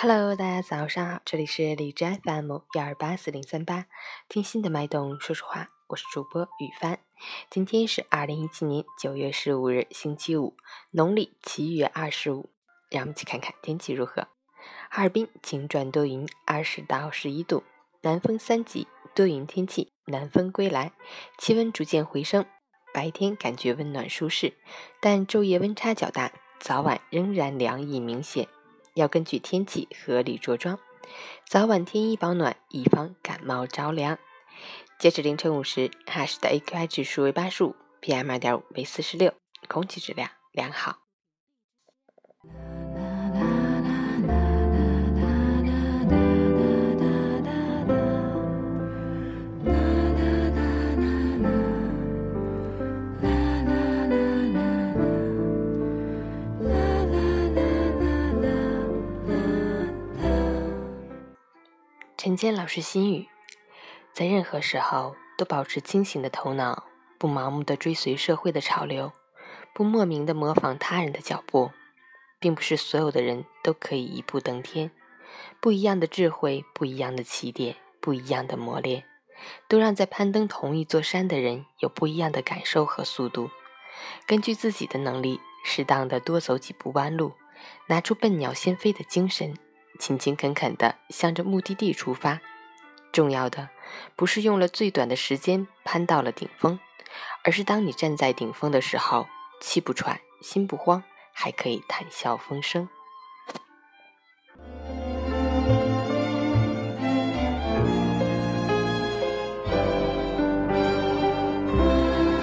Hello， 大家早上好，这里是荔枝 FM1284038，听心的脉动说说话，我是主播雨帆。今天是2017年9月15日星期五，农历7月25，让我们一起看看天气如何。哈尔滨晴转多云，20到11度，南风3级，多云天气，南风归来，气温逐渐回升，白天感觉温暖舒适，但昼夜温差较大，早晚仍然凉意明显。要根据天气合理着装，早晚添衣保暖，以防感冒着凉。截止凌晨5时，哈市的 AQI 指数为85， PM2.5 为46，空气质量良好。陈坚老师心语：在任何时候都保持清醒的头脑，不盲目地追随社会的潮流，不莫名地模仿他人的脚步。并不是所有的人都可以一步登天，不一样的智慧，不一样的起点，不一样的磨练，都让在攀登同一座山的人有不一样的感受和速度。根据自己的能力，适当的多走几步弯路，拿出笨鸟先飞的精神，勤勤恳恳地向着目的地出发。重要的不是用了最短的时间攀到了顶峰，而是当你站在顶峰的时候，气不喘，心不慌，还可以谈笑风生。